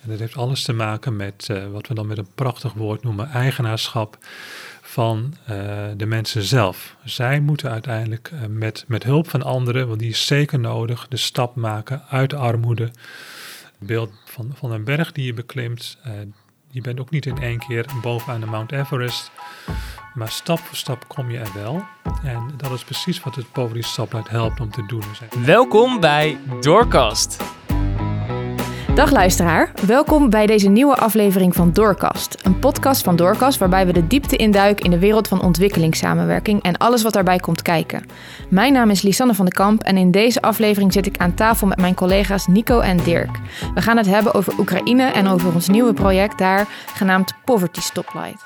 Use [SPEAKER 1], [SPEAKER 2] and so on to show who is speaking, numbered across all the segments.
[SPEAKER 1] En dat heeft alles te maken met wat we dan met een prachtig woord noemen eigenaarschap van de mensen zelf. Zij moeten uiteindelijk met hulp van anderen, want die is zeker nodig, de stap maken uit de armoede. Het beeld van een berg die je beklimt. Je bent ook niet in één keer bovenaan de Mount Everest. Maar stap voor stap kom je er wel. En dat is precies wat het Poverty Stoplight helpt om te doen.
[SPEAKER 2] Welkom bij Doorkast.
[SPEAKER 3] Dag luisteraar, welkom bij deze nieuwe aflevering van Doorkast. Een podcast van Doorkast waarbij we de diepte induiken in de wereld van ontwikkelingssamenwerking en alles wat daarbij komt kijken. Mijn naam is Lisanne van den Kamp en in deze aflevering zit ik aan tafel met mijn collega's Nico en Dirk. We gaan het hebben over Oekraïne en over ons nieuwe project daar, genaamd Poverty Stoplight.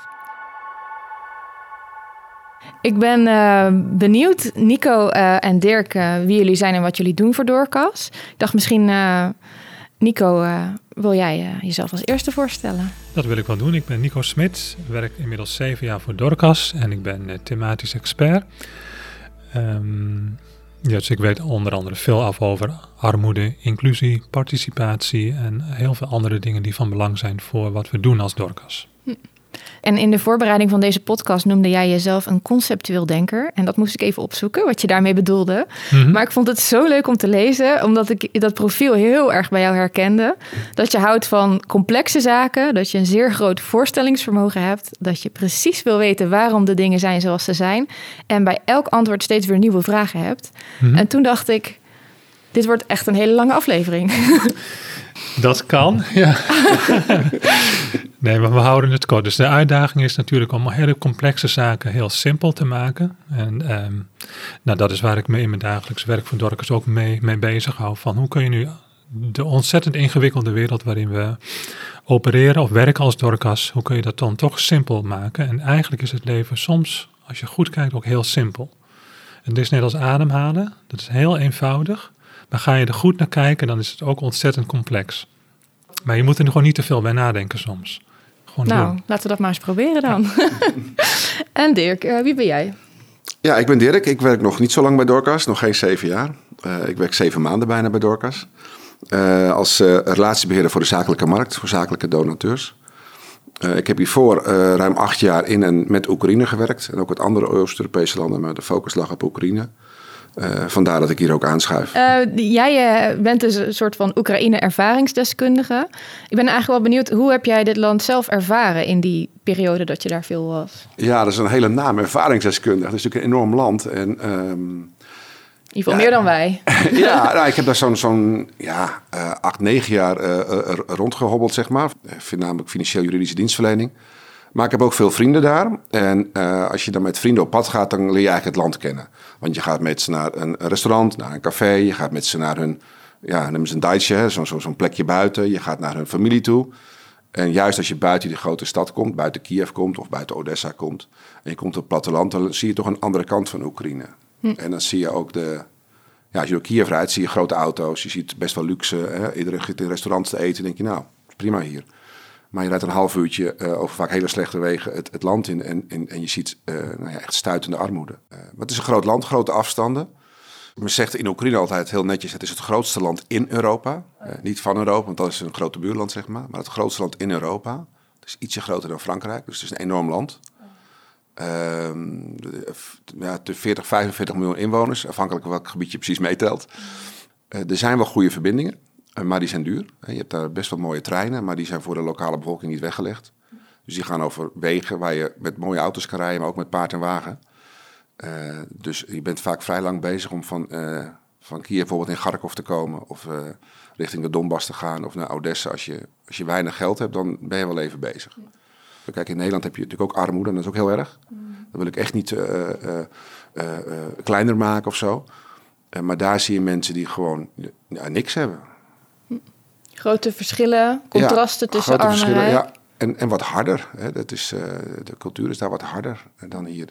[SPEAKER 3] Ik ben benieuwd, Nico en Dirk, wie jullie zijn en wat jullie doen voor Doorkast. Ik dacht misschien... Nico, wil jij jezelf als eerste voorstellen?
[SPEAKER 1] Dat wil ik wel doen. Ik ben Nico Smit, werk inmiddels 7 jaar voor Doorkast en ik ben thematisch expert. Dus ik weet onder andere veel af over armoede, inclusie, participatie en heel veel andere dingen die van belang zijn voor wat we doen als Doorkast.
[SPEAKER 3] En in de voorbereiding van deze podcast noemde jij jezelf een conceptueel denker. En dat moest ik even opzoeken, wat je daarmee bedoelde. Mm-hmm. Maar ik vond het zo leuk om te lezen, omdat ik dat profiel heel erg bij jou herkende. Dat je houdt van complexe zaken, dat je een zeer groot voorstellingsvermogen hebt. Dat je precies wil weten waarom de dingen zijn zoals ze zijn. En bij elk antwoord steeds weer nieuwe vragen hebt. Mm-hmm. En toen dacht ik, dit wordt echt een hele lange aflevering.
[SPEAKER 1] Dat kan, ja. Nee, maar we houden het kort. Dus de uitdaging is natuurlijk om hele complexe zaken heel simpel te maken. En dat is waar ik me in mijn dagelijks werk voor Doorkast ook mee bezig hou. Van hoe kun je nu de ontzettend ingewikkelde wereld waarin we opereren of werken als Doorkast, hoe kun je dat dan toch simpel maken? En eigenlijk is het leven soms, als je goed kijkt, ook heel simpel. En het is net als ademhalen, dat is heel eenvoudig. Maar ga je er goed naar kijken, dan is het ook ontzettend complex. Maar je moet er gewoon niet te veel bij nadenken soms. Gewoon doen.
[SPEAKER 3] Laten we dat maar eens proberen dan. Ja. En Dirk, wie ben jij?
[SPEAKER 4] Ja, ik ben Dirk. Ik werk nog niet zo lang bij Doorkast, nog geen 7 jaar. Ik werk 7 maanden bijna bij Doorkast. Als relatiebeheerder voor de zakelijke markt, voor zakelijke donateurs. Ik heb hiervoor ruim 8 jaar in en met Oekraïne gewerkt. En ook met andere Oost-Europese landen, maar de focus lag op Oekraïne. Vandaar dat ik hier ook aanschuif.
[SPEAKER 3] Jij bent dus een soort van Oekraïne-ervaringsdeskundige. Ik ben eigenlijk wel benieuwd, hoe heb jij dit land zelf ervaren in die periode dat je daar veel was?
[SPEAKER 4] Ja, dat is een hele naam, ervaringsdeskundige. Dat is natuurlijk een enorm land. En,
[SPEAKER 3] in ieder geval meer dan wij.
[SPEAKER 4] Ja, ik heb daar zo'n 8, 9 jaar rondgehobbeld, zeg maar. Voornamelijk financieel-juridische dienstverlening. Maar ik heb ook veel vrienden daar. En als je dan met vrienden op pad gaat, dan leer je eigenlijk het land kennen. Want je gaat met ze naar een restaurant, naar een café. Je gaat met ze naar hun, noemen ze een daitje, zo'n plekje buiten. Je gaat naar hun familie toe. En juist als je buiten die grote stad komt, buiten Kiev komt of buiten Odessa komt. En je komt op het platteland, dan zie je toch een andere kant van Oekraïne. En dan zie je ook als je door Kiev rijdt, zie je grote auto's. Je ziet best wel luxe. Iedereen gaat in restaurants te eten. Denk je, nou, prima hier. Maar je rijdt een half uurtje over vaak hele slechte wegen het land in. En je ziet echt stuitende armoede. Maar het is een groot land, grote afstanden. Men zegt in Oekraïne altijd heel netjes, het is het grootste land in Europa. Niet van Europa, want dat is een grote buurland, zeg maar. Maar het grootste land in Europa. Het is ietsje groter dan Frankrijk, dus het is een enorm land. 40, 45 miljoen inwoners, afhankelijk van welk gebied je precies meetelt. Er zijn wel goede verbindingen. Maar die zijn duur. Je hebt daar best wel mooie treinen, maar die zijn voor de lokale bevolking niet weggelegd. Dus die gaan over wegen waar je met mooie auto's kan rijden, maar ook met paard en wagen. Dus je bent vaak vrij lang bezig om van Kiev bijvoorbeeld in Kharkov te komen of richting de Donbass te gaan of naar Odessa. Als je weinig geld hebt, dan ben je wel even bezig. Kijk, in Nederland heb je natuurlijk ook armoede en dat is ook heel erg. Dat wil ik echt niet kleiner maken of zo. Maar daar zie je mensen die gewoon niks hebben.
[SPEAKER 3] Grote verschillen, contrasten tussen arm en rijk.
[SPEAKER 4] Ja. En wat harder. Hè. Dat is, de cultuur is daar wat harder dan hier.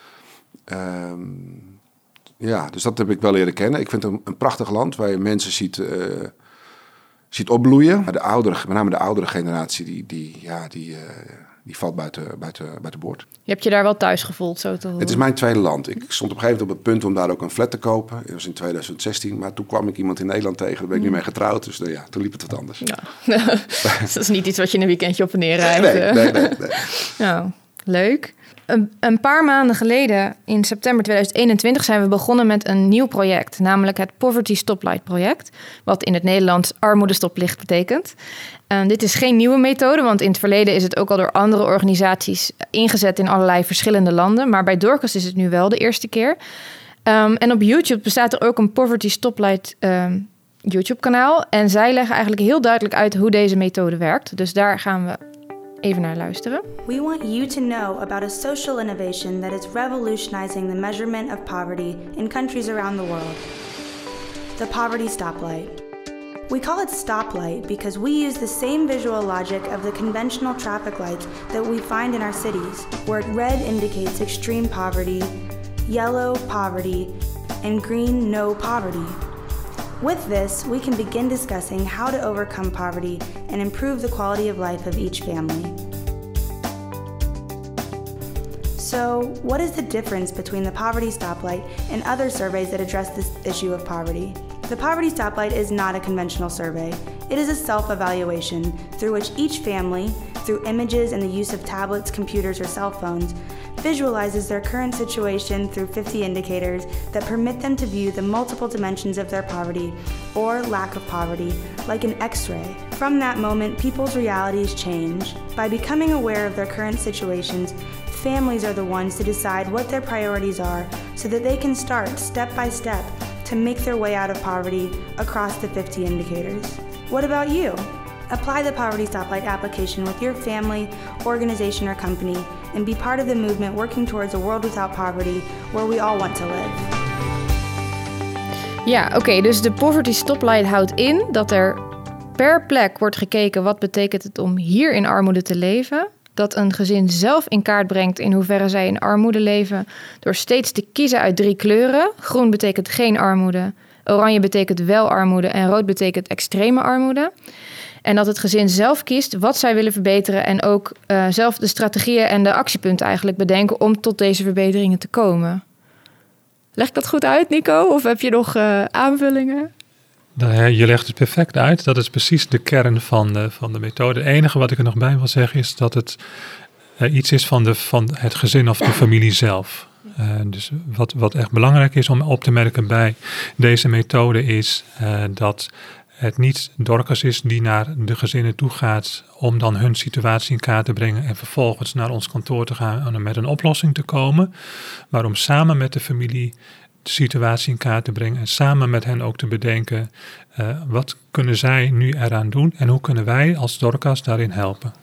[SPEAKER 4] Dus dat heb ik wel leren kennen. Ik vind het een prachtig land waar je mensen ziet opbloeien. Maar met name de oudere generatie, die die valt buiten boord.
[SPEAKER 3] Je hebt je daar wel thuis gevoeld, zo te horen.
[SPEAKER 4] Het is mijn tweede land. Ik stond op een gegeven moment op het punt om daar ook een flat te kopen. Dat was in 2016. Maar toen kwam ik iemand in Nederland tegen. Daar ben ik nu mee getrouwd. Dus toen liep het wat anders.
[SPEAKER 3] Ja. Dat is niet iets wat je in een weekendje op en neer rijdt.
[SPEAKER 4] Nee.
[SPEAKER 3] Nou, leuk. Een paar maanden geleden, in september 2021, zijn we begonnen met een nieuw project. Namelijk het Poverty Stoplight project. Wat in het Nederlands armoedestoplicht betekent. Dit is geen nieuwe methode, want in het verleden is het ook al door andere organisaties ingezet in allerlei verschillende landen. Maar bij Dorcas is het nu wel de eerste keer. En op YouTube bestaat er ook een Poverty Stoplight YouTube-kanaal. En zij leggen eigenlijk heel duidelijk uit hoe deze methode werkt. Dus daar gaan we even naar luisteren.
[SPEAKER 5] We want you to know about a social innovation that is revolutionizing the measurement of poverty in countries around the world. The Poverty Stoplight. We call it stoplight because we use the same visual logic of the conventional traffic lights that we find in our cities, where red indicates extreme poverty, yellow poverty, and green no poverty. With this, we can begin discussing how to overcome poverty and improve the quality of life of each family. So, what is the difference between the Poverty Stoplight and other surveys that address this issue of poverty? The Poverty Stoplight is not a conventional survey. It is a self-evaluation through which each family, through images and the use of tablets, computers, or cell phones, visualizes their current situation through 50 indicators that permit them to view the multiple dimensions of their poverty or lack of poverty, like an X-ray. From that moment, people's realities change. By becoming aware of their current situations, families are the ones to decide what their priorities are so that they can start step by step to make their way out of poverty across the 50 indicators. What about you? Apply the Poverty Stoplight application with your family, organization, or company and be part of the movement working towards a world without poverty where we all want to live.
[SPEAKER 3] Ja, oké, dus de Poverty Stoplight houdt in dat er per plek wordt gekeken wat betekent het om hier in armoede te leven. Dat een gezin zelf in kaart brengt in hoeverre zij in armoede leven door steeds te kiezen uit 3 kleuren. Groen betekent geen armoede, oranje betekent wel armoede en rood betekent extreme armoede. En dat het gezin zelf kiest wat zij willen verbeteren en ook zelf de strategieën en de actiepunten eigenlijk bedenken om tot deze verbeteringen te komen. Leg ik dat goed uit, Nico? Of heb je nog aanvullingen?
[SPEAKER 1] Je legt het perfect uit. Dat is precies de kern van de methode. Het enige wat ik er nog bij wil zeggen is dat het iets is van het gezin of de familie zelf. Dus wat echt belangrijk is om op te merken bij deze methode is dat het niet Dorcas is die naar de gezinnen toe gaat om dan hun situatie in kaart te brengen en vervolgens naar ons kantoor te gaan en met een oplossing te komen. Maar om samen met de familie de situatie in kaart te brengen en samen met hen ook te bedenken wat kunnen zij nu eraan doen en hoe kunnen wij als Dorcas daarin helpen.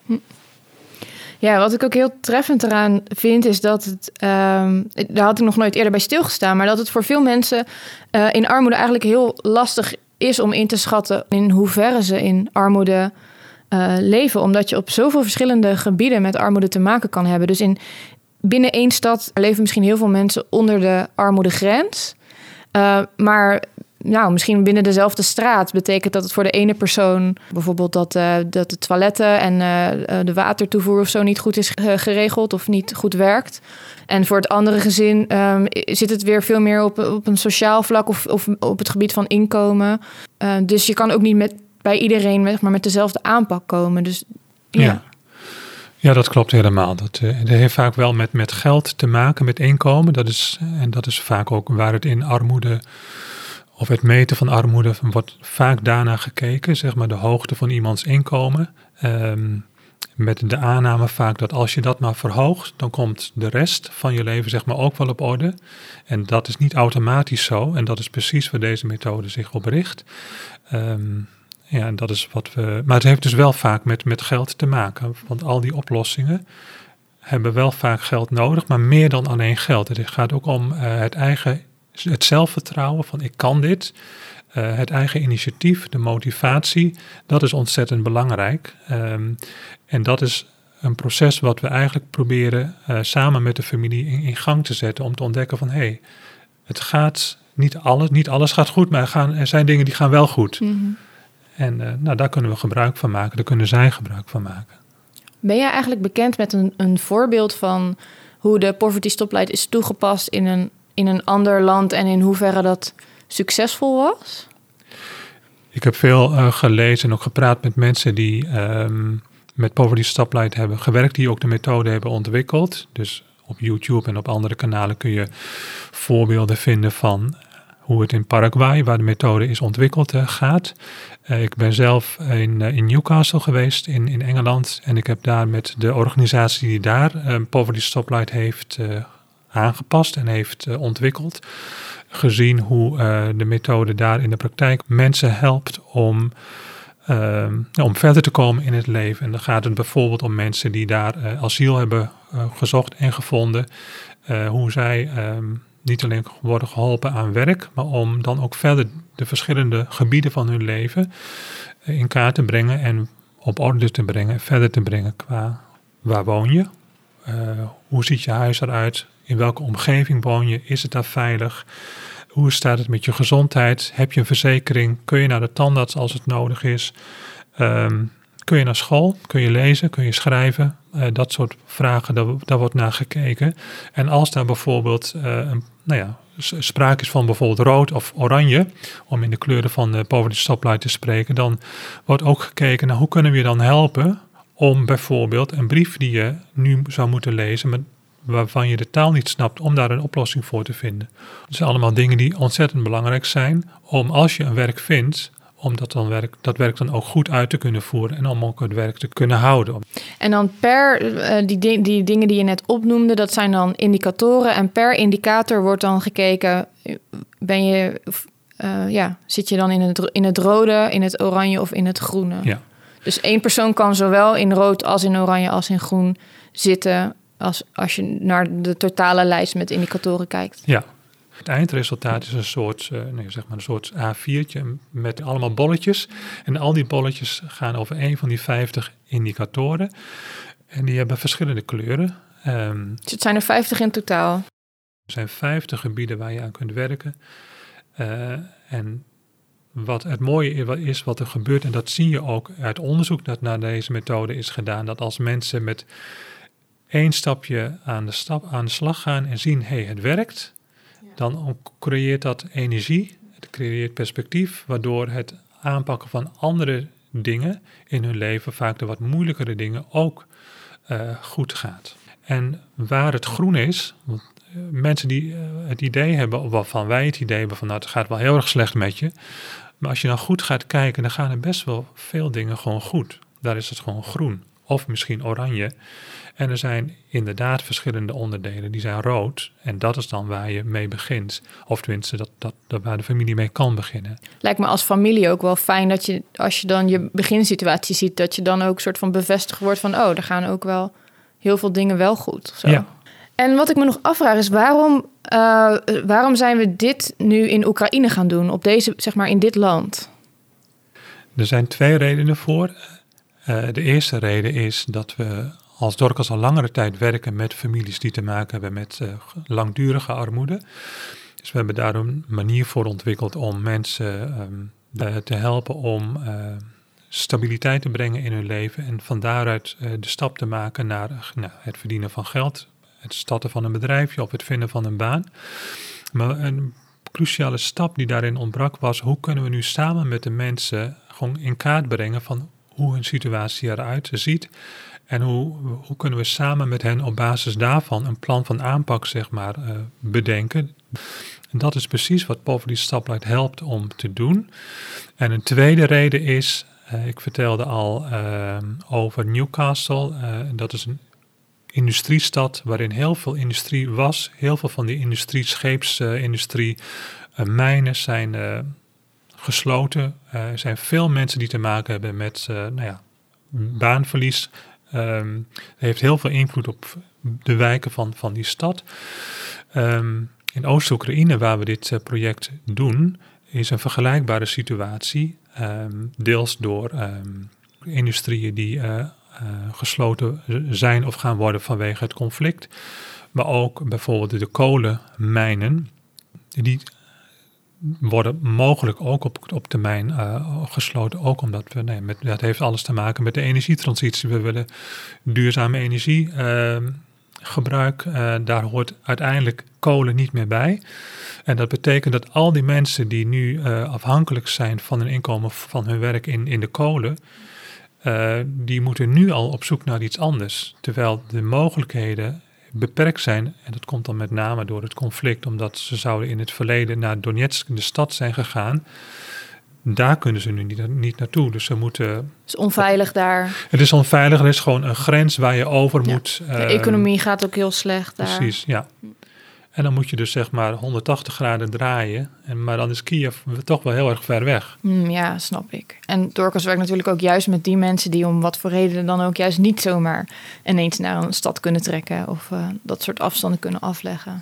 [SPEAKER 3] Ja, wat ik ook heel treffend eraan vind is dat het, daar had ik nog nooit eerder bij stilgestaan, maar dat het voor veel mensen in armoede eigenlijk heel lastig is om in te schatten in hoeverre ze in armoede leven. Omdat je op zoveel verschillende gebieden met armoede te maken kan hebben. Dus binnen één stad leven misschien heel veel mensen onder de armoedegrens. Maar misschien binnen dezelfde straat betekent dat het voor de ene persoon bijvoorbeeld dat de toiletten en de watertoevoer of zo niet goed is geregeld of niet goed werkt. En voor het andere gezin zit het weer veel meer op een sociaal vlak of op het gebied van inkomen. Dus je kan ook niet bij iedereen met dezelfde aanpak komen. Dus ja.
[SPEAKER 1] Ja, dat klopt helemaal. Dat heeft vaak wel met geld te maken, met inkomen. Dat is vaak ook waar het in armoede of het meten van armoede wordt vaak daarna gekeken, zeg maar de hoogte van iemands inkomen. Met de aanname vaak dat als je dat maar verhoogt, dan komt de rest van je leven zeg maar ook wel op orde. En dat is niet automatisch zo. En dat is precies waar deze methode zich op richt. En dat is wat we. Maar het heeft dus wel vaak met geld te maken. Want al die oplossingen hebben wel vaak geld nodig, maar meer dan alleen geld. Het gaat ook om het zelfvertrouwen van ik kan dit. Het eigen initiatief, de motivatie, dat is ontzettend belangrijk. En dat is een proces wat we eigenlijk proberen samen met de familie in gang te zetten. Om te ontdekken van het gaat niet alles gaat goed, maar er zijn dingen die gaan wel goed. Mm-hmm. En daar kunnen we gebruik van maken, daar kunnen zij gebruik van maken.
[SPEAKER 3] Ben jij eigenlijk bekend met een voorbeeld van hoe de Poverty Stoplight is toegepast in een ander land en in hoeverre dat succesvol was?
[SPEAKER 1] Ik heb veel gelezen en ook gepraat met mensen die met Poverty Stoplight hebben gewerkt, die ook de methode hebben ontwikkeld. Dus op YouTube en op andere kanalen kun je voorbeelden vinden van hoe het in Paraguay, waar de methode is ontwikkeld, gaat. Ik ben zelf in Newcastle geweest in Engeland en ik heb daar met de organisatie die daar Poverty Stoplight heeft aangepast en heeft ontwikkeld, gezien hoe de methode daar in de praktijk mensen helpt om verder te komen in het leven. En dan gaat het bijvoorbeeld om mensen die daar asiel hebben gezocht en gevonden, hoe zij niet alleen worden geholpen aan werk, maar om dan ook verder de verschillende gebieden van hun leven in kaart te brengen en op orde te brengen en verder te brengen qua waar woon je, hoe ziet je huis eruit, in welke omgeving woon je, is het daar veilig, hoe staat het met je gezondheid, heb je een verzekering, kun je naar de tandarts als het nodig is, kun je naar school, kun je lezen, kun je schrijven, dat soort vragen, daar wordt naar gekeken. En als daar bijvoorbeeld sprake is van bijvoorbeeld rood of oranje, om in de kleuren van de Poverty Stoplight te spreken, dan wordt ook gekeken naar hoe kunnen we je dan helpen om bijvoorbeeld een brief die je nu zou moeten lezen, maar waarvan je de taal niet snapt, om daar een oplossing voor te vinden. Dat zijn allemaal dingen die ontzettend belangrijk zijn, om als je een werk vindt, om dat werk dan ook goed uit te kunnen voeren en om ook het werk te kunnen houden. En
[SPEAKER 3] dan per die dingen die je net opnoemde, dat zijn dan indicatoren. En per indicator wordt dan gekeken, zit je dan in het rode, in het oranje of in het groene? Ja. Dus één persoon kan zowel in rood als in oranje als in groen zitten als je naar de totale lijst met indicatoren kijkt. Ja. Het eindresultaat is een soort A4'tje met allemaal bolletjes. En al die bolletjes gaan over een van die 50 indicatoren. En die hebben verschillende kleuren. Dus het zijn er 50 in totaal?
[SPEAKER 1] Er zijn 50 gebieden waar je aan kunt werken. En wat het mooie is wat er gebeurt, en dat zie je ook uit onderzoek dat naar deze methode is gedaan, dat als mensen met één stapje aan de slag gaan en zien, het werkt, dan creëert dat energie, het creëert perspectief, waardoor het aanpakken van andere dingen in hun leven, vaak de wat moeilijkere dingen, ook goed gaat. En waar het groen is, want mensen die het idee hebben, of waarvan wij het idee hebben van het gaat wel heel erg slecht met je, maar als je dan goed gaat kijken, dan gaan er best wel veel dingen gewoon goed. Daar is het gewoon groen, of misschien oranje. En er zijn inderdaad verschillende onderdelen, die zijn rood. En dat is dan waar je mee begint. Of tenminste, dat waar de familie mee kan beginnen.
[SPEAKER 3] Lijkt me als familie ook wel fijn dat je, als je dan je beginsituatie ziet, dat je dan ook soort van bevestigd wordt van, er gaan ook wel heel veel dingen wel goed. Zo. Ja. En wat ik me nog afvraag is, waarom zijn we dit nu in Oekraïne gaan doen, op deze, in dit land?
[SPEAKER 1] Er zijn 2 redenen voor. De eerste reden is dat we als Dorcas al langere tijd werken met families die te maken hebben met langdurige armoede. Dus we hebben daar een manier voor ontwikkeld om mensen te helpen om stabiliteit te brengen in hun leven en van daaruit de stap te maken naar het verdienen van geld, het starten van een bedrijfje of het vinden van een baan. Maar een cruciale stap die daarin ontbrak was, hoe kunnen we nu samen met de mensen gewoon in kaart brengen van hoe hun situatie eruit ziet. En hoe kunnen we samen met hen op basis daarvan een plan van aanpak bedenken. En dat is precies wat Poverty Stoplight helpt om te doen. En een tweede reden is, ik vertelde al over Newcastle. Dat is een industriestad waarin heel veel industrie was. Heel veel van die industrie, scheepsindustrie, mijnen zijn gesloten. Er zijn veel mensen die te maken hebben met baanverlies. Het heeft heel veel invloed op de wijken van die stad. In Oost-Oekraïne, waar we dit project doen, is een vergelijkbare situatie. Deels door industrieën die gesloten zijn of gaan worden vanwege het conflict. Maar ook bijvoorbeeld de kolenmijnen. Die worden mogelijk ook op termijn gesloten. Ook omdat dat heeft alles te maken met de energietransitie. We willen duurzame energiegebruik. Daar hoort uiteindelijk kolen niet meer bij. En dat betekent dat al die mensen die nu afhankelijk zijn van een inkomen van hun werk in de kolen, die moeten nu al op zoek naar iets anders. Terwijl de mogelijkheden beperkt zijn. En dat komt dan met name door het conflict, omdat ze zouden in het verleden naar Donetsk, de stad, zijn gegaan. Daar kunnen ze nu niet naartoe. Dus ze moeten.
[SPEAKER 3] Het is onveilig daar.
[SPEAKER 1] Het is onveilig. Er is gewoon een grens waar je over moet.
[SPEAKER 3] De economie gaat ook heel slecht daar.
[SPEAKER 1] Precies, ja. En dan moet je dus zeg maar 180 graden draaien. Maar dan is Kiev toch wel heel erg ver weg.
[SPEAKER 3] Ja, snap ik. En Dorcas werkt natuurlijk ook juist met die mensen die om wat voor reden dan ook juist niet zomaar ineens naar een stad kunnen trekken. Of dat soort afstanden kunnen afleggen.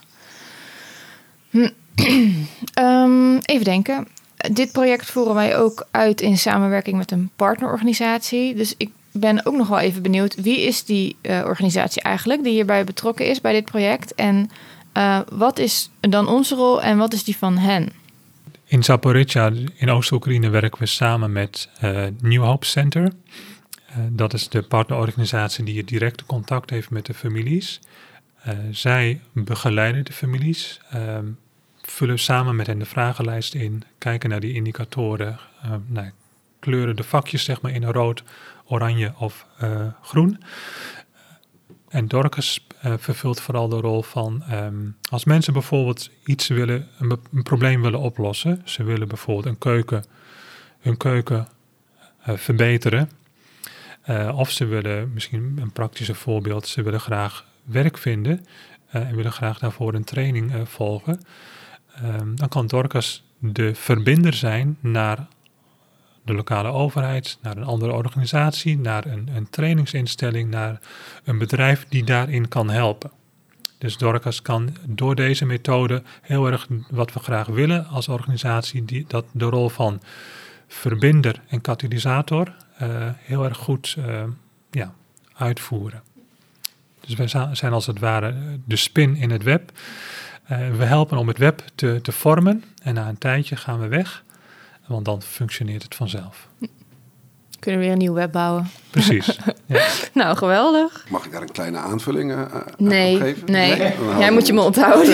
[SPEAKER 3] Even denken. Dit project voeren wij ook uit in samenwerking met een partnerorganisatie. Dus ik ben ook nog wel even benieuwd. Wie is die organisatie eigenlijk die hierbij betrokken is bij dit project? En wat is dan onze rol en wat is die van hen?
[SPEAKER 1] In Zaporizhzhia, in Oost-Oekraïne, werken we samen met New Hope Center. Dat is de partnerorganisatie die het directe contact heeft met de families. Zij begeleiden de families, vullen samen met hen de vragenlijst in, kijken naar die indicatoren, kleuren de vakjes zeg maar in rood, oranje of groen. En Dorcas vervult vooral de rol van als mensen bijvoorbeeld iets willen, een probleem willen oplossen. Ze willen bijvoorbeeld hun keuken verbeteren. Of ze willen, misschien een praktische voorbeeld, ze willen graag werk vinden en willen graag daarvoor een training volgen. Dan kan Dorcas de verbinder zijn naar de lokale overheid, naar een andere organisatie, naar een trainingsinstelling, naar een bedrijf die daarin kan helpen. Dus Dorcas kan door deze methode heel erg wat we graag willen als organisatie, dat de rol van verbinder en katalysator heel erg goed uitvoeren. Dus wij zijn als het ware de spin in het web. We helpen om het web te vormen en na een tijdje gaan we weg. Want dan functioneert het vanzelf.
[SPEAKER 3] Kunnen we weer een nieuw web bouwen.
[SPEAKER 1] Precies. Ja.
[SPEAKER 3] Nou, geweldig.
[SPEAKER 4] Mag ik daar een kleine aanvulling op geven?
[SPEAKER 3] Nee. Jij moet je me onthouden.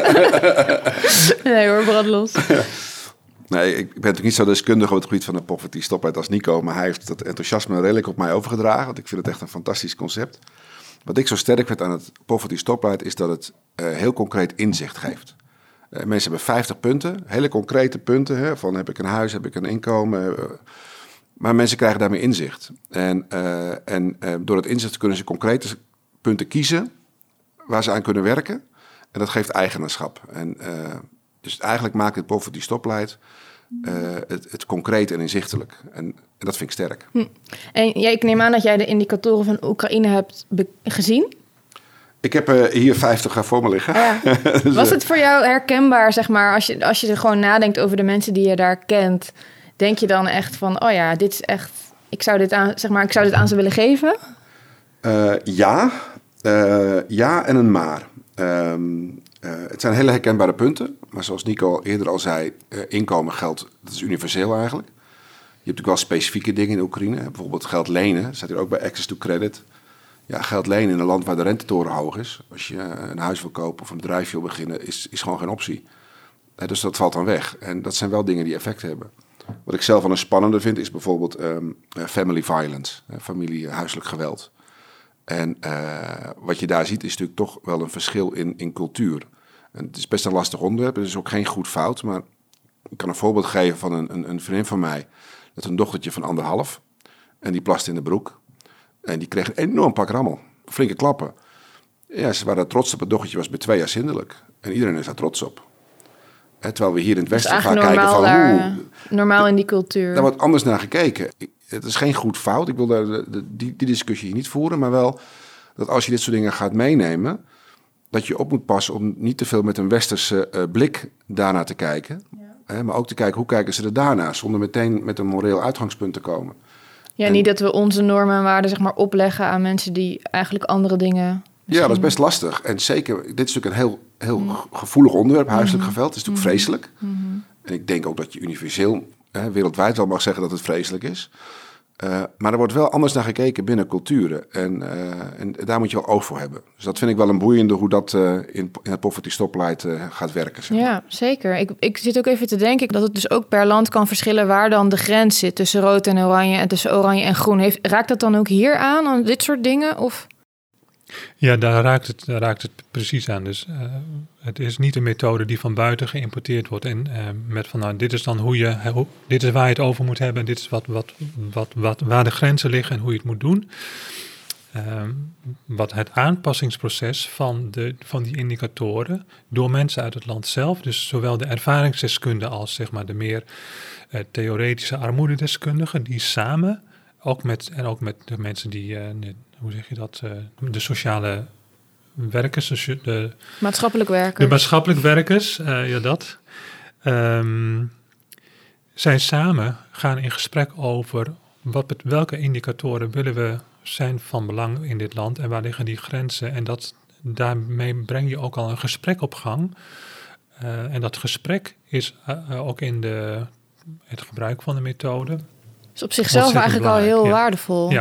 [SPEAKER 3] Nee hoor, brand los.
[SPEAKER 4] Nee, ik ben natuurlijk niet zo deskundig op het gebied van de Poverty Stoplight als Nico. Maar hij heeft dat enthousiasme redelijk op mij overgedragen. Want ik vind het echt een fantastisch concept. Wat ik zo sterk vind aan het Poverty Stoplight is dat het heel concreet inzicht geeft. Mensen hebben 50 punten, hele concrete punten. Hè, van heb ik een huis, heb ik een inkomen. Maar mensen krijgen daarmee inzicht. En door dat inzicht kunnen ze concrete punten kiezen waar ze aan kunnen werken. En dat geeft eigenaarschap. Dus eigenlijk maakt het Poverty Stoplight het concreet en inzichtelijk. En dat vind ik sterk.
[SPEAKER 3] En ik neem aan dat jij de indicatoren van Oekraïne hebt gezien.
[SPEAKER 4] Ik heb hier 50 voor me liggen.
[SPEAKER 3] Ja. Dus, was het voor jou herkenbaar, zeg maar, als je er gewoon nadenkt over de mensen die je daar kent, denk je dan echt van, oh ja, dit is echt, ik zou dit aan ze willen geven?
[SPEAKER 4] Ja en een maar. Het zijn hele herkenbare punten, maar zoals Nico eerder al zei, inkomen, geld, dat is universeel eigenlijk. Je hebt natuurlijk wel specifieke dingen in Oekraïne, bijvoorbeeld geld lenen, staat hier ook bij Access to Credit. Ja, geld lenen in een land waar de rentetoren hoog is, als je een huis wil kopen of een bedrijf wil beginnen, is gewoon geen optie. Dus dat valt dan weg. En dat zijn wel dingen die effect hebben. Wat ik zelf wel een spannende vind, is bijvoorbeeld family violence, huiselijk geweld. En wat je daar ziet is natuurlijk toch wel een verschil in cultuur. En het is best een lastig onderwerp, het is ook geen goed fout, maar ik kan een voorbeeld geven van een vriendin van mij, dat een dochtertje van 1,5 en die plaste in de broek. En die kreeg een enorm pak rammel, flinke klappen. Ja, ze waren trots op, het dochtertje was bij 2 jaar zindelijk. En iedereen is daar trots op. Terwijl we hier in het Westen gaan kijken van hoe...
[SPEAKER 3] Normaal in die cultuur.
[SPEAKER 4] Daar wordt anders naar gekeken. Het is geen goed fout. Ik wil daar die discussie hier niet voeren. Maar wel dat als je dit soort dingen gaat meenemen, dat je op moet passen om niet te veel met een westerse blik daarnaar te kijken. Ja. Maar ook te kijken, hoe kijken ze er daarnaar, zonder meteen met een moreel uitgangspunt te komen.
[SPEAKER 3] Ja, niet dat we onze normen en waarden zeg maar opleggen aan mensen die eigenlijk andere dingen...
[SPEAKER 4] Ja, dat is best lastig. En zeker, dit is natuurlijk een heel gevoelig onderwerp, huiselijk geweld. Het is natuurlijk vreselijk. En ik denk ook dat je universeel wereldwijd wel mag zeggen dat het vreselijk is. Maar er wordt wel anders naar gekeken binnen culturen. En daar moet je wel oog voor hebben. Dus dat vind ik wel een boeiende hoe dat in het Poverty Stoplight gaat werken. Zeg maar.
[SPEAKER 3] Ja, zeker. Ik zit ook even te denken dat het dus ook per land kan verschillen waar dan de grens zit tussen rood en oranje en tussen oranje en groen. Raakt dat dan ook hier aan dit soort dingen? Of?
[SPEAKER 1] Ja, daar raakt het precies aan. Dus het is niet een methode die van buiten geïmporteerd wordt. En met van nou, dit is dan dit is waar je het over moet hebben. Dit is waar de grenzen liggen en hoe je het moet doen. Wat het aanpassingsproces van die indicatoren door mensen uit het land zelf, dus zowel de ervaringsdeskundigen als zeg maar de meer theoretische armoededeskundigen, die samen, ook met de mensen die, hoe zeg je dat, de sociale werkers, de
[SPEAKER 3] Maatschappelijk werkers.
[SPEAKER 1] De maatschappelijk werkers, zij samen gaan in gesprek over welke indicatoren willen we zijn van belang in dit land en waar liggen die grenzen. En daarmee breng je ook al een gesprek op gang. En dat gesprek is ook in het gebruik van de methode.
[SPEAKER 3] Dus op zichzelf eigenlijk al heel waardevol.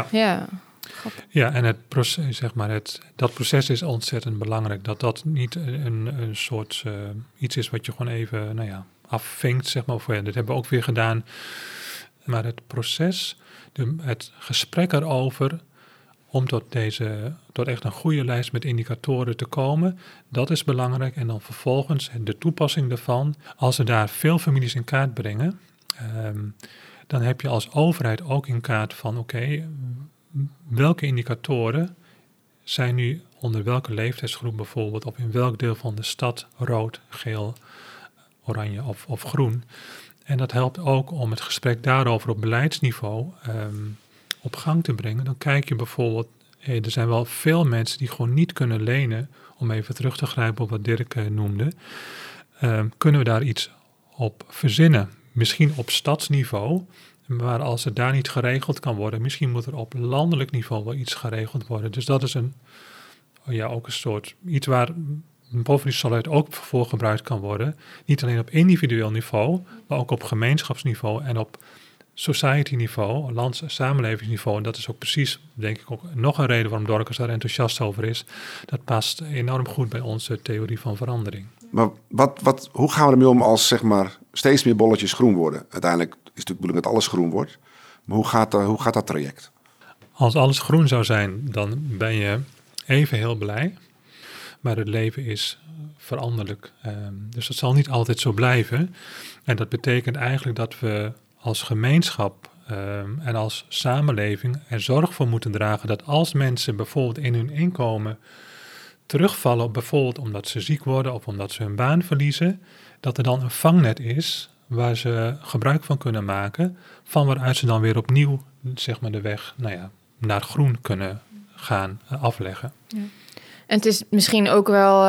[SPEAKER 1] Ja, en het proces, zeg maar, dat proces is ontzettend belangrijk. Dat niet een soort iets is wat je gewoon even afvinkt, zeg maar. Dat hebben we ook weer gedaan. Maar het proces, het gesprek erover, om tot echt een goede lijst met indicatoren te komen, dat is belangrijk. En dan vervolgens de toepassing daarvan. Als we daar veel families in kaart brengen, dan heb je als overheid ook in kaart van welke indicatoren zijn nu onder welke leeftijdsgroep bijvoorbeeld, of in welk deel van de stad rood, geel, oranje of groen. En dat helpt ook om het gesprek daarover op beleidsniveau op gang te brengen. Dan kijk je bijvoorbeeld, er zijn wel veel mensen die gewoon niet kunnen lenen, om even terug te grijpen op wat Dirk noemde. Kunnen we daar iets op verzinnen? Misschien op stadsniveau, maar als het daar niet geregeld kan worden, misschien moet er op landelijk niveau wel iets geregeld worden. Dus dat is ook een soort iets waar Poverty Stoplight ook voor gebruikt kan worden. Niet alleen op individueel niveau, maar ook op gemeenschapsniveau en op society niveau, samenlevingsniveau. En dat is ook precies, denk ik, ook nog een reden waarom Dorcas daar enthousiast over is. Dat past enorm goed bij onze theorie van verandering.
[SPEAKER 4] Maar hoe gaan we ermee om als zeg maar steeds meer bolletjes groen worden? Uiteindelijk is het natuurlijk bedoeling dat alles groen wordt. Maar hoe gaat dat traject?
[SPEAKER 1] Als alles groen zou zijn, dan ben je even heel blij. Maar het leven is veranderlijk. Dus dat zal niet altijd zo blijven. En dat betekent eigenlijk dat we als gemeenschap en als samenleving er zorg voor moeten dragen dat als mensen bijvoorbeeld in hun inkomen terugvallen, bijvoorbeeld omdat ze ziek worden of omdat ze hun baan verliezen, dat er dan een vangnet is waar ze gebruik van kunnen maken, van waaruit ze dan weer opnieuw zeg maar, de weg naar groen kunnen gaan afleggen.
[SPEAKER 3] Ja. En het is misschien ook wel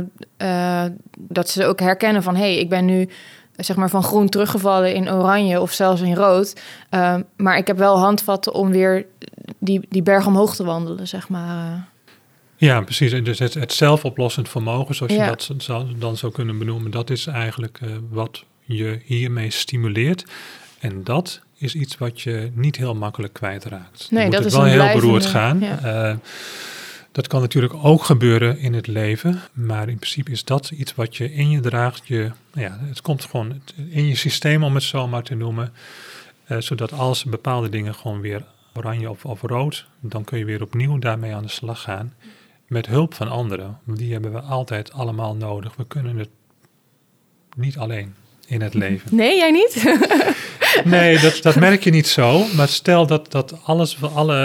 [SPEAKER 3] dat ze ook herkennen van ik ben nu zeg maar van groen teruggevallen in oranje of zelfs in rood. Maar ik heb wel handvatten om weer die berg omhoog te wandelen, zeg maar.
[SPEAKER 1] Ja, precies. Dus het zelfoplossend vermogen, zoals je dat dan zou kunnen benoemen, dat is eigenlijk wat je hiermee stimuleert. En dat is iets wat je niet heel makkelijk kwijtraakt.
[SPEAKER 3] Nee,
[SPEAKER 1] moet
[SPEAKER 3] dat
[SPEAKER 1] het
[SPEAKER 3] is
[SPEAKER 1] wel heel
[SPEAKER 3] blijvende,
[SPEAKER 1] beroerd gaan.
[SPEAKER 3] Ja.
[SPEAKER 1] Dat kan natuurlijk ook gebeuren in het leven, maar in principe is dat iets wat je in je draagt. Het komt gewoon in je systeem, om het zo maar te noemen, zodat als bepaalde dingen gewoon weer oranje of rood, dan kun je weer opnieuw daarmee aan de slag gaan. Met hulp van anderen. Die hebben we altijd allemaal nodig. We kunnen het niet alleen in het leven.
[SPEAKER 3] Nee, jij niet?
[SPEAKER 1] Nee, dat merk je niet zo. Maar stel dat alles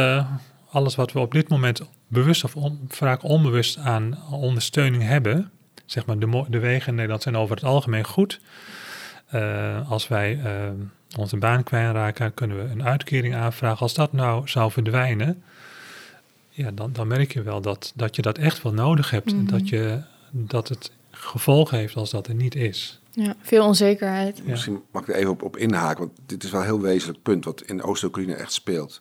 [SPEAKER 1] wat we op dit moment bewust of vaak onbewust aan ondersteuning hebben, zeg maar de wegen in Nederland zijn over het algemeen goed. Als wij onze baan kwijtraken, kunnen we een uitkering aanvragen. Als dat nou zou verdwijnen, dan merk je wel dat je dat echt wel nodig hebt. Mm-hmm. Dat het gevolgen heeft als dat er niet is.
[SPEAKER 3] Ja, veel onzekerheid.
[SPEAKER 4] Ja. Misschien mag ik er even op inhaken, want dit is wel een heel wezenlijk punt wat in Oost-Oekraïne echt speelt.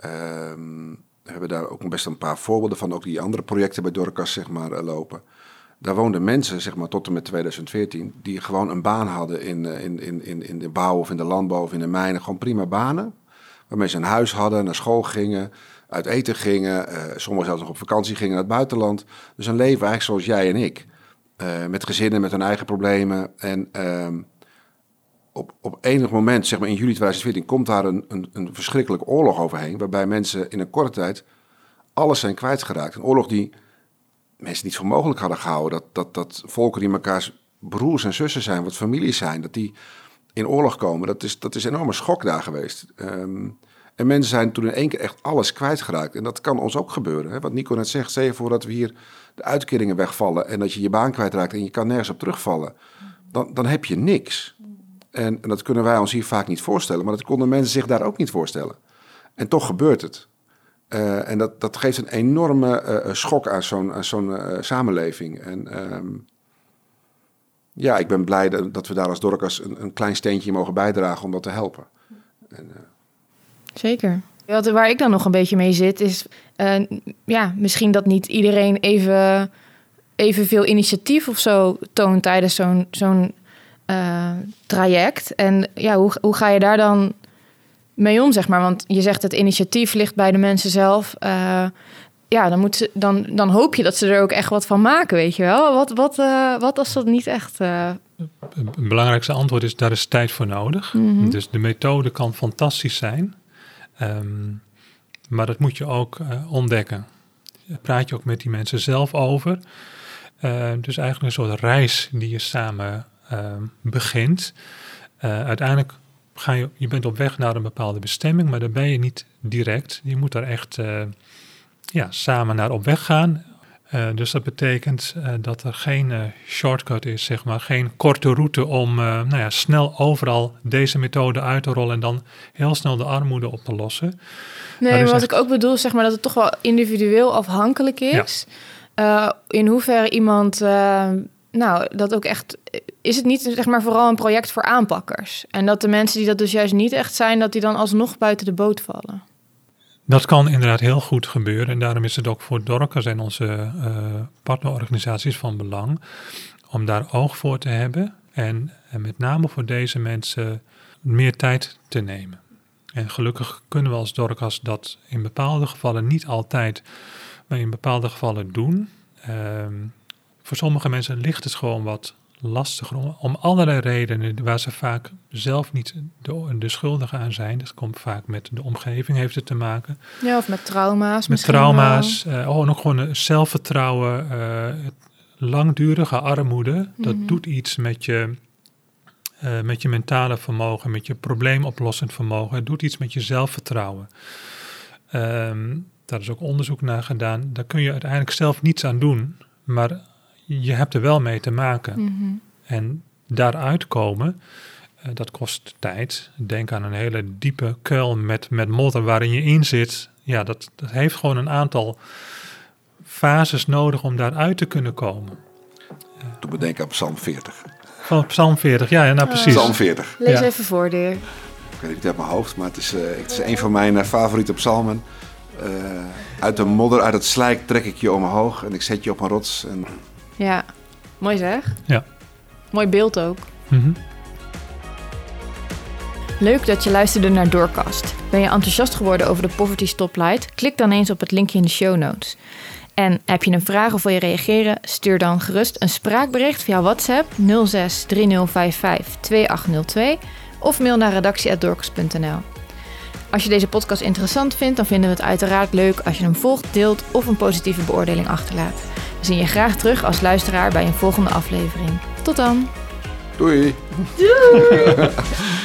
[SPEAKER 4] We hebben daar ook best een paar voorbeelden van, ook die andere projecten bij Dorcas zeg maar lopen. Daar woonden mensen, zeg maar tot en met 2014... die gewoon een baan hadden in de bouw of in de landbouw of in de mijnen. Gewoon prima banen. Waarmee ze een huis hadden, naar school gingen, uit eten gingen. Sommigen zelfs nog op vakantie gingen naar het buitenland. Dus een leven eigenlijk zoals jij en ik. Met gezinnen, met hun eigen problemen. En op enig moment, zeg maar in juli 2014... komt daar een verschrikkelijke oorlog overheen... waarbij mensen in een korte tijd alles zijn kwijtgeraakt. Een oorlog die mensen niet voor mogelijk hadden gehouden. Dat volken die elkaars broers en zussen zijn, wat families zijn... dat die in oorlog komen, dat is een enorme schok daar geweest. En mensen zijn toen in één keer echt alles kwijtgeraakt. En dat kan ons ook gebeuren. Hè? Wat Nico net zegt, stel je voor dat we hier de uitkeringen wegvallen... en dat je je baan kwijtraakt en je kan nergens op terugvallen. Dan heb je niks. En dat kunnen wij ons hier vaak niet voorstellen... maar dat konden mensen zich daar ook niet voorstellen. En toch gebeurt het. En dat geeft een enorme schok aan zo'n samenleving. En ja, ik ben blij dat we daar als Dorcas een klein steentje mogen bijdragen om dat te helpen.
[SPEAKER 3] Zeker. Waar ik dan nog een beetje mee zit is... misschien dat niet iedereen evenveel initiatief of zo toont tijdens zo'n traject. En ja, hoe ga je daar dan mee om, zeg maar? Want je zegt het initiatief ligt bij de mensen zelf. Dan hoop je dat ze er ook echt wat van maken, weet je wel? Wat als dat niet echt...
[SPEAKER 1] Het belangrijkste antwoord is, daar is tijd voor nodig. Mm-hmm. Dus de methode kan fantastisch zijn. Maar dat moet je ook ontdekken. Daar praat je ook met die mensen zelf over. Dus eigenlijk een soort reis die je samen begint. Uiteindelijk je bent op weg naar een bepaalde bestemming, maar daar ben je niet direct. Je moet daar echt samen naar op weg gaan. Dus dat betekent dat er geen shortcut is, zeg maar. Geen korte route om snel overal deze methode uit te rollen en dan heel snel de armoede op te lossen.
[SPEAKER 3] Nee, maar wat ik ook bedoel, zeg maar, dat het toch wel individueel afhankelijk is. Ja. In hoeverre iemand... dat ook echt... Is het niet, zeg maar, vooral een project voor aanpakkers? En dat de mensen die dat dus juist niet echt zijn, dat die dan alsnog buiten de boot vallen?
[SPEAKER 1] Dat kan inderdaad heel goed gebeuren. En daarom is het ook voor Dorcas en onze partnerorganisaties van belang om daar oog voor te hebben. En met name voor deze mensen meer tijd te nemen. En gelukkig kunnen we als Dorcas dat in bepaalde gevallen, niet altijd, maar in bepaalde gevallen doen. Voor sommige mensen ligt het gewoon wat lastiger om allerlei redenen waar ze vaak zelf niet de schuldige aan zijn. Dat komt vaak met de omgeving, heeft het te maken.
[SPEAKER 3] Ja, of met trauma's.
[SPEAKER 1] Met trauma's. Nog gewoon zelfvertrouwen, langdurige armoede. Dat doet iets met je mentale vermogen, met je probleemoplossend vermogen. Het doet iets met je zelfvertrouwen. Daar is ook onderzoek naar gedaan. Daar kun je uiteindelijk zelf niets aan doen, maar je hebt er wel mee te maken. Mm-hmm. En daaruit komen, dat kost tijd. Denk aan een hele diepe kuil met modder waarin je in zit. Ja, dat heeft gewoon een aantal fases nodig om daaruit te kunnen komen.
[SPEAKER 4] Toen bedenk aan Psalm 40.
[SPEAKER 1] Van Psalm 40, ja, nou precies.
[SPEAKER 4] Psalm 40.
[SPEAKER 3] Lees even voor, Dirk.
[SPEAKER 4] Ik weet het niet uit mijn hoofd, maar het is een van mijn favoriete psalmen. Uit de modder, uit het slijk trek ik je omhoog en ik zet je op een rots. En...
[SPEAKER 3] Ja, mooi zeg.
[SPEAKER 1] Ja.
[SPEAKER 3] Mooi beeld ook.
[SPEAKER 1] Mm-hmm.
[SPEAKER 3] Leuk dat je luisterde naar Doorcast. Ben je enthousiast geworden over de Poverty Stoplight? Klik dan eens op het linkje in de show notes. En heb je een vraag of wil je reageren? Stuur dan gerust een spraakbericht via WhatsApp 06 3055 2802 of mail naar redactie@doorcast.nl. Als je deze podcast interessant vindt, dan vinden we het uiteraard leuk als je hem volgt, deelt of een positieve beoordeling achterlaat. We zien je graag terug als luisteraar bij een volgende aflevering. Tot dan!
[SPEAKER 4] Doei!
[SPEAKER 3] Doei!